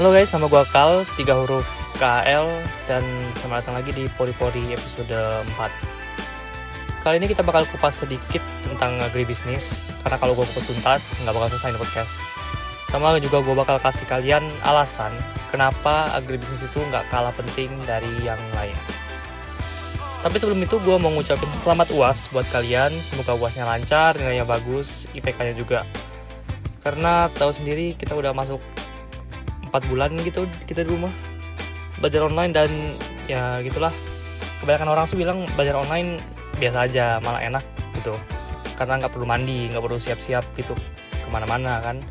Halo guys, nama gue Kal, 3 huruf KL, dan selamat datang lagi di Pori-Pori episode 4. Kali ini kita bakal kupas sedikit tentang agribisnis, karena kalau gue kupas tuntas, nggak bakal selesai di podcast. Sama juga gue bakal kasih kalian alasan kenapa agribisnis itu nggak kalah penting dari yang lain. Tapi sebelum itu gue mau ngucapin selamat UAS buat kalian, semoga UASnya lancar, nilainya bagus, IPK-nya juga. Karena tahu sendiri kita udah masuk 4 bulan gitu kita di rumah belajar online, dan ya gitulah, kebanyakan orang tuh bilang belajar online biasa aja, malah enak gitu karena nggak perlu mandi, nggak perlu siap-siap gitu kemana-mana kan.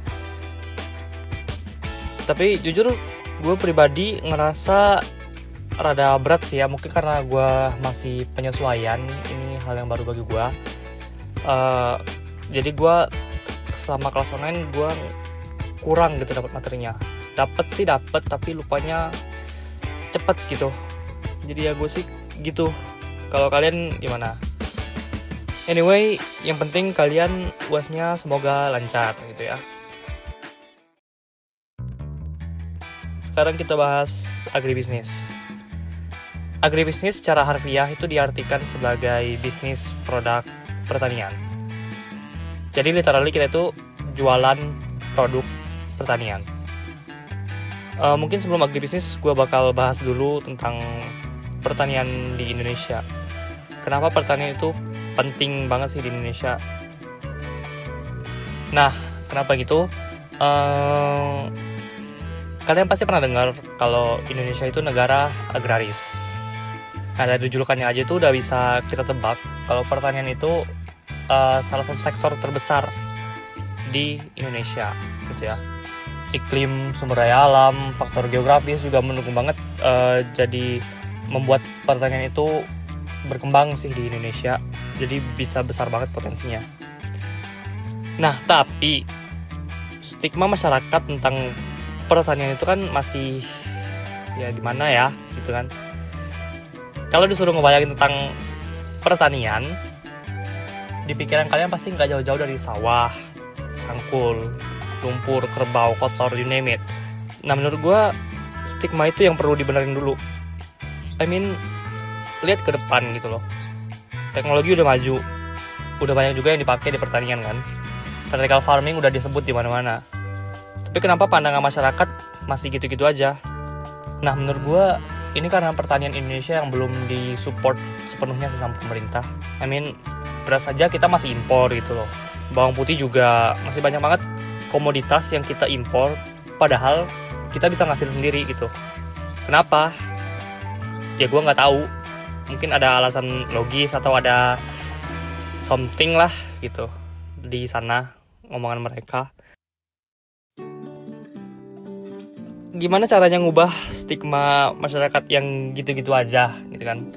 Tapi jujur gue pribadi ngerasa rada berat sih ya, mungkin karena gue masih penyesuaian, ini hal yang baru bagi gue. Jadi gue selama kelas online gue kurang gitu dapat materinya. Dapat tapi lupanya cepet gitu. Jadi ya gue sih gitu. Kalau kalian gimana? Anyway, yang penting kalian UASnya semoga lancar gitu ya. Sekarang kita bahas agribisnis. Agribisnis secara harfiah itu diartikan sebagai bisnis produk pertanian. Jadi literally kita itu jualan produk pertanian. Mungkin sebelum agribisnis gue bakal bahas dulu tentang pertanian di Indonesia. Kenapa pertanian itu penting banget sih di Indonesia? Nah, kenapa gitu? Kalian pasti pernah dengar kalau Indonesia itu negara agraris. Nah, dari julukannya aja itu udah bisa kita tebak kalau pertanian itu salah satu sektor terbesar di Indonesia gitu ya. Iklim, sumber daya alam, faktor geografis juga mendukung banget, jadi membuat pertanian itu berkembang sih di Indonesia. Jadi bisa besar banget potensinya. Nah, tapi stigma masyarakat tentang pertanian itu kan masih ya gimana ya gitu kan. Kalau disuruh ngebayangin tentang pertanian, di pikiran kalian pasti nggak jauh-jauh dari sawah, cangkul, lumpur, kerbau, kotor, you name it. Nah, menurut gue stigma itu yang perlu dibenerin dulu. Lihat ke depan gitu loh. Teknologi udah maju, udah banyak juga yang dipakai di pertanian kan. Vertical farming udah disebut di mana-mana. Tapi kenapa pandangan masyarakat masih gitu-gitu aja? Nah, menurut gue ini karena pertanian Indonesia yang belum disupport sepenuhnya sama pemerintah. Beras saja kita masih impor gitu loh. Bawang putih juga masih banyak banget komoditas yang kita impor, padahal kita bisa ngasilin sendiri gitu. Kenapa? Ya gue nggak tahu. Mungkin ada alasan logis atau ada something lah gitu di sana omongan mereka. Gimana caranya ngubah stigma masyarakat yang gitu-gitu aja gitu kan?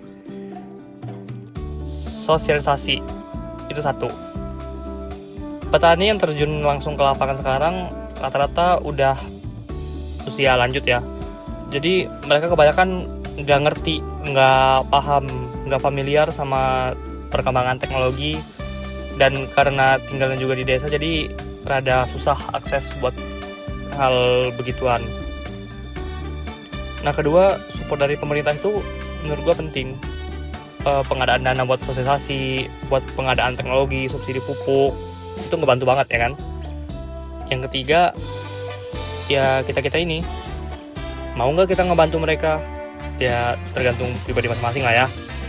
Sosialisasi itu satu. Petani yang terjun langsung ke lapangan sekarang rata-rata udah usia lanjut ya. Jadi mereka kebanyakan nggak ngerti, nggak paham, nggak familiar sama perkembangan teknologi. Dan karena tinggalnya juga di desa, jadi rada susah akses buat hal begituan. Nah, kedua, support dari pemerintah itu menurut gue penting. Pengadaan dana buat sosialisasi, buat pengadaan teknologi, subsidi pupuk, itu ngebantu banget ya kan. Yang ketiga, ya kita ini mau nggak kita ngebantu mereka, ya tergantung pribadi masing-masing lah ya.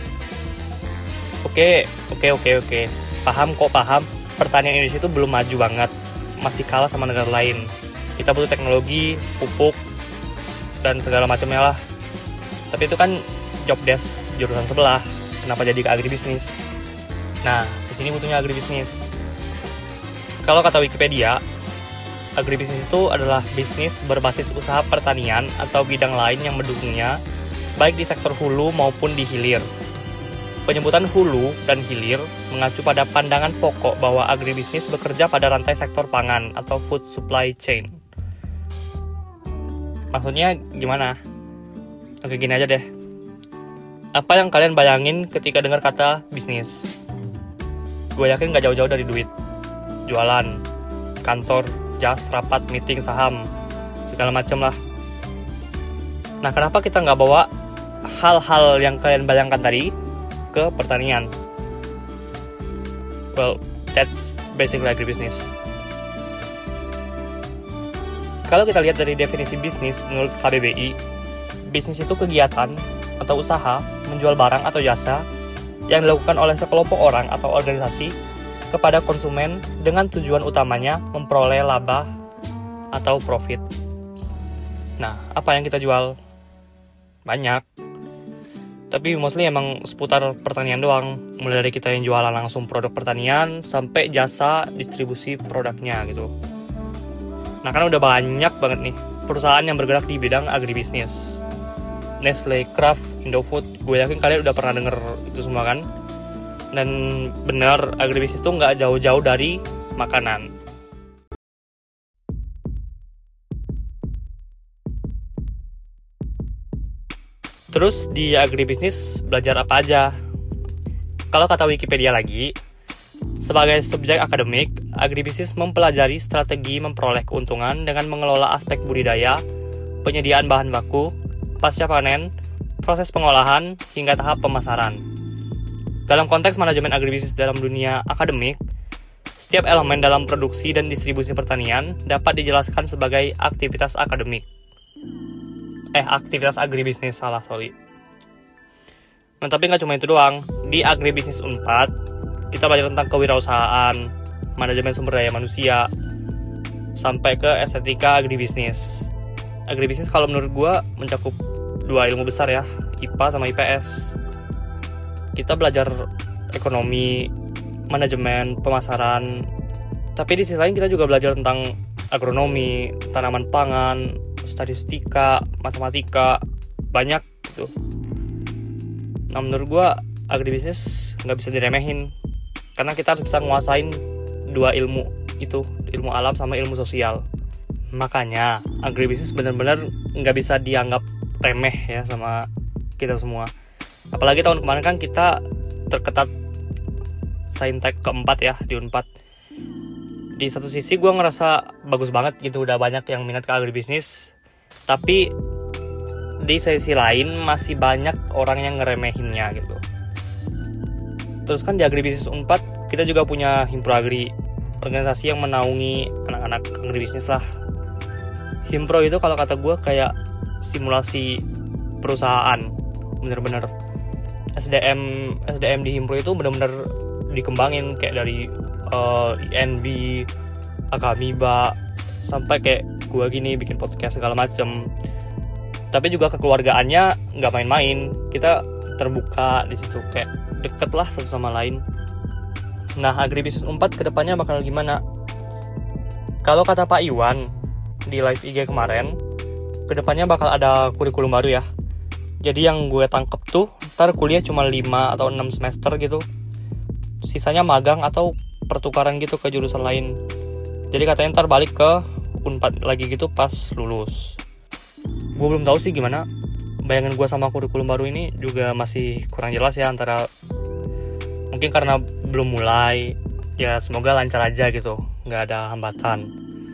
Oke, paham pertanian Indonesia itu belum maju banget, masih kalah sama negara lain. Kita butuh teknologi, pupuk, dan segala macamnya lah. Tapi itu kan job desk jurusan sebelah, kenapa jadi ke agribisnis? Nah, di sini butuhnya agribisnis. Kalau kata Wikipedia, agribisnis itu adalah bisnis berbasis usaha pertanian atau bidang lain yang mendukungnya, baik di sektor hulu maupun di hilir. Penyebutan hulu dan hilir mengacu pada pandangan pokok bahwa agribisnis bekerja pada rantai sektor pangan atau food supply chain. Maksudnya gimana? Oke, gini aja deh. Apa yang kalian bayangin ketika dengar kata bisnis? Gue yakin gak jauh-jauh dari duit. Jualan, kantor, jas, rapat, meeting, saham, segala macam lah. Nah, kenapa kita nggak bawa hal-hal yang kalian bayangkan tadi ke pertanian? Well, that's basically agribusiness. Kalau kita lihat dari definisi bisnis menurut KBBI, bisnis itu kegiatan atau usaha menjual barang atau jasa yang dilakukan oleh sekelompok orang atau organisasi kepada konsumen dengan tujuan utamanya memperoleh laba atau profit. Nah, apa yang kita jual? Banyak. Tapi mostly emang seputar pertanian doang. Mulai dari kita yang jualan langsung produk pertanian sampai jasa distribusi produknya gitu. Nah, kan udah banyak banget nih perusahaan yang bergerak di bidang agribisnis. Nestle, Kraft, Indofood, gue yakin kalian udah pernah denger itu semua kan? Dan bener, agribisnis itu nggak jauh-jauh dari makanan. Terus di agribisnis belajar apa aja? Kalau kata Wikipedia lagi, sebagai subjek akademik, agribisnis mempelajari strategi memperoleh keuntungan dengan mengelola aspek budidaya, penyediaan bahan baku, pasca panen, proses pengolahan, hingga tahap pemasaran. Dalam konteks manajemen agribisnis dalam dunia akademik, setiap elemen dalam produksi dan distribusi pertanian dapat dijelaskan sebagai aktivitas akademik. Aktivitas agribisnis, sorry. Nah, tapi nggak cuma itu doang. Di agribisnis Unpad, kita belajar tentang kewirausahaan, manajemen sumber daya manusia, sampai ke estetika agribisnis. Agribisnis kalau menurut gue mencakup 2 ilmu besar ya, IPA sama IPS. Kita belajar ekonomi, manajemen, pemasaran. Tapi di sisi lain kita juga belajar tentang agronomi, tanaman pangan, statistika, matematika, banyak gitu. Nah, menurut gue agribisnis nggak bisa diremehin, karena kita harus bisa nguasain 2 ilmu itu, ilmu alam sama ilmu sosial. Makanya agribisnis benar-benar nggak bisa dianggap remeh ya sama kita semua. Apalagi tahun kemarin kan kita terketat Saintek keempat ya di Unpad. Di satu sisi gue ngerasa bagus banget gitu, udah banyak yang minat ke agribisnis. Tapi di sisi lain masih banyak orang yang ngeremehinnya gitu. Terus kan di agribisnis Unpad kita juga punya Himpro Agri, organisasi yang menaungi anak-anak agribisnis lah. Himpro itu kalau kata gue kayak simulasi perusahaan, bener-bener. SDM di Himpro itu bener-bener dikembangin kayak dari INB, Akamiba, sampai kayak gue gini bikin podcast segala macem. Tapi juga kekeluargaannya nggak main-main. Kita terbuka di situ, kayak deket lah satu sama lain. Nah, agribisnis Unpad kedepannya bakal gimana? Kalau kata Pak Iwan di live IG kemarin, kedepannya bakal ada kurikulum baru ya. Jadi yang gue tangkep tuh, ntar kuliah cuma 5 atau 6 semester gitu. Sisanya magang atau pertukaran gitu ke jurusan lain. Jadi katanya ntar balik ke Unpad lagi gitu pas lulus. Gue belum tahu sih gimana. Bayangan gue sama kurikulum baru ini juga masih kurang jelas ya, antara mungkin karena belum mulai. Ya semoga lancar aja gitu, nggak ada hambatan.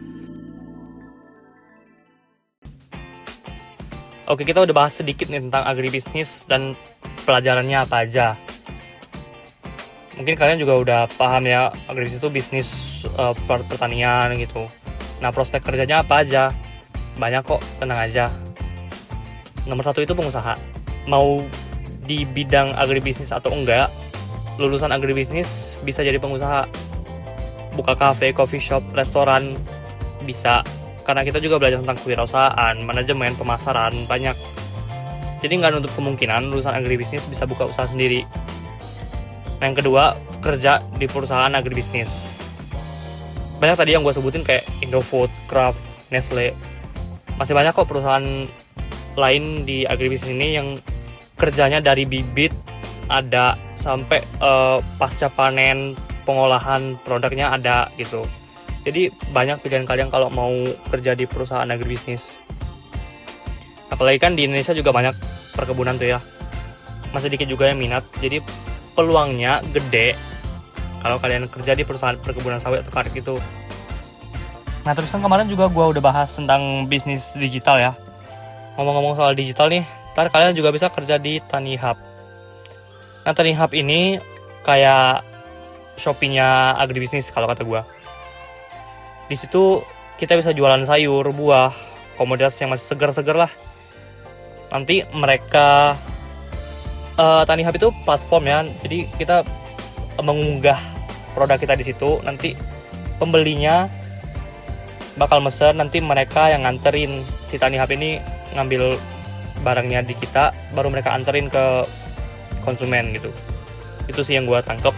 Oke, kita udah bahas sedikit nih tentang agribisnis dan pelajarannya apa aja. Mungkin kalian juga udah paham ya, agribisnis itu bisnis pertanian gitu. Nah, prospek kerjanya apa aja? Banyak kok, tenang aja. Nomor 1 itu pengusaha. Mau di bidang agribisnis atau enggak, lulusan agribisnis bisa jadi pengusaha. Buka kafe, coffee shop, restoran, bisa. Karena kita juga belajar tentang kewirausahaan, manajemen, pemasaran, banyak. Jadi nggak nutup kemungkinan lulusan agribisnis bisa buka usaha sendiri. Nah, yang kedua, kerja di perusahaan agribisnis. Banyak tadi yang gue sebutin kayak Indofood, Kraft, Nestle. Masih banyak kok perusahaan lain di agribisnis ini yang kerjanya dari bibit ada sampai pasca panen, pengolahan produknya ada gitu. Jadi banyak pilihan kalian kalau mau kerja di perusahaan agribisnis. Apalagi kan di Indonesia juga banyak perkebunan tuh ya. Masih dikit juga yang minat. Jadi peluangnya gede kalau kalian kerja di perusahaan perkebunan sawit atau karet gitu. Nah, terus kan kemarin juga gue udah bahas tentang bisnis digital ya. ngomong-ngomong soal digital nih, ntar kalian juga bisa kerja di Tani Hub. Nah, Tani Hub ini kayak Shopee-nya agribisnis kalau kata gue. Di situ kita bisa jualan sayur, buah, komoditas yang masih segar-segar lah. Nanti mereka Tani Hub itu platform ya, jadi kita mengunggah produk kita di situ. Nanti pembelinya bakal mesen, nanti mereka yang nganterin. Si Tani Hub ini ngambil barangnya di kita, baru mereka anterin ke konsumen gitu. Itu sih yang gue tangkep.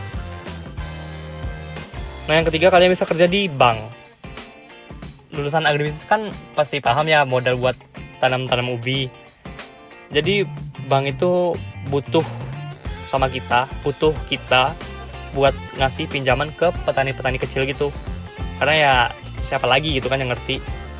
Nah, yang ketiga, kalian bisa kerja di bank. Lulusan agribisnis kan pasti paham ya modal buat tanam-tanam ubi. Jadi bank itu butuh kita buat ngasih pinjaman ke petani-petani kecil gitu. Karena ya siapa lagi gitu kan yang ngerti.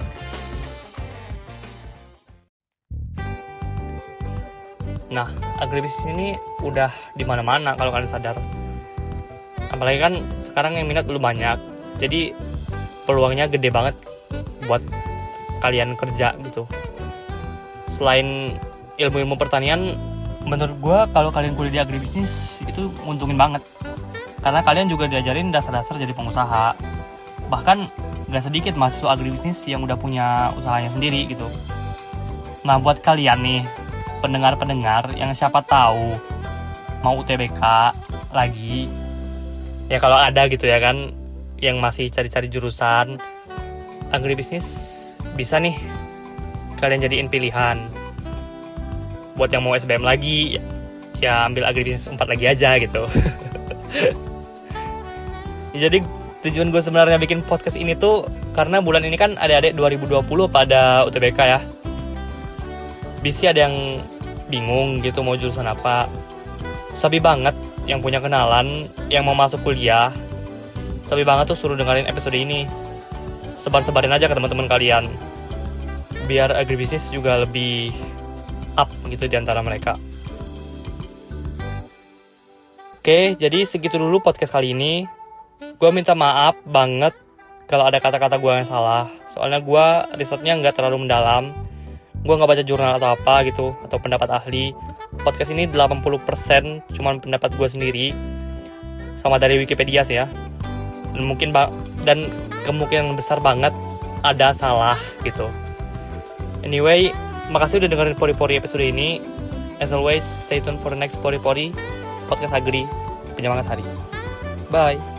Nah, agribisnis ini udah di mana-mana kalau kalian sadar. Apalagi kan sekarang yang minat belum banyak. Jadi peluangnya gede banget buat kalian kerja gitu. Selain ilmu-ilmu pertanian, menurut gue kalau kalian kuliah di agribisnis itu nguntungin banget. Karena kalian juga diajarin dasar-dasar jadi pengusaha. Bahkan gak sedikit mahasiswa agribisnis yang udah punya usahanya sendiri gitu. Nah, buat kalian nih, pendengar-pendengar yang siapa tahu mau UTBK lagi, ya kalau ada gitu ya kan, yang masih cari-cari jurusan agribisnis, bisa nih kalian jadiin pilihan. Buat yang mau SBM lagi, ya ambil agribisnis 4 lagi aja gitu. Jadi tujuan gue sebenarnya bikin podcast ini tuh karena bulan ini kan adik-adik 2020 pada UTBK ya. Bisa ada yang bingung gitu mau jurusan apa. Sabi banget yang punya kenalan yang mau masuk kuliah. Sabi banget tuh suruh dengerin episode ini. Sebar-sebarin aja ke teman-teman kalian. Biar agribisnis juga lebih up gitu di antara mereka. Oke, jadi segitu dulu podcast kali ini. Gue minta maaf banget kalau ada kata-kata gue yang salah. Soalnya gue risetnya nggak terlalu mendalam. Gue gak baca jurnal atau apa gitu, atau pendapat ahli. Podcast ini 80% cuman pendapat gue sendiri, sama dari Wikipedia sih ya. Dan kemungkinan besar banget ada salah gitu. Anyway, makasih udah dengerin Pori-Pori episode ini. As always, stay tuned for the next Pori-Pori Podcast Agri Penyemangat Hari. Bye.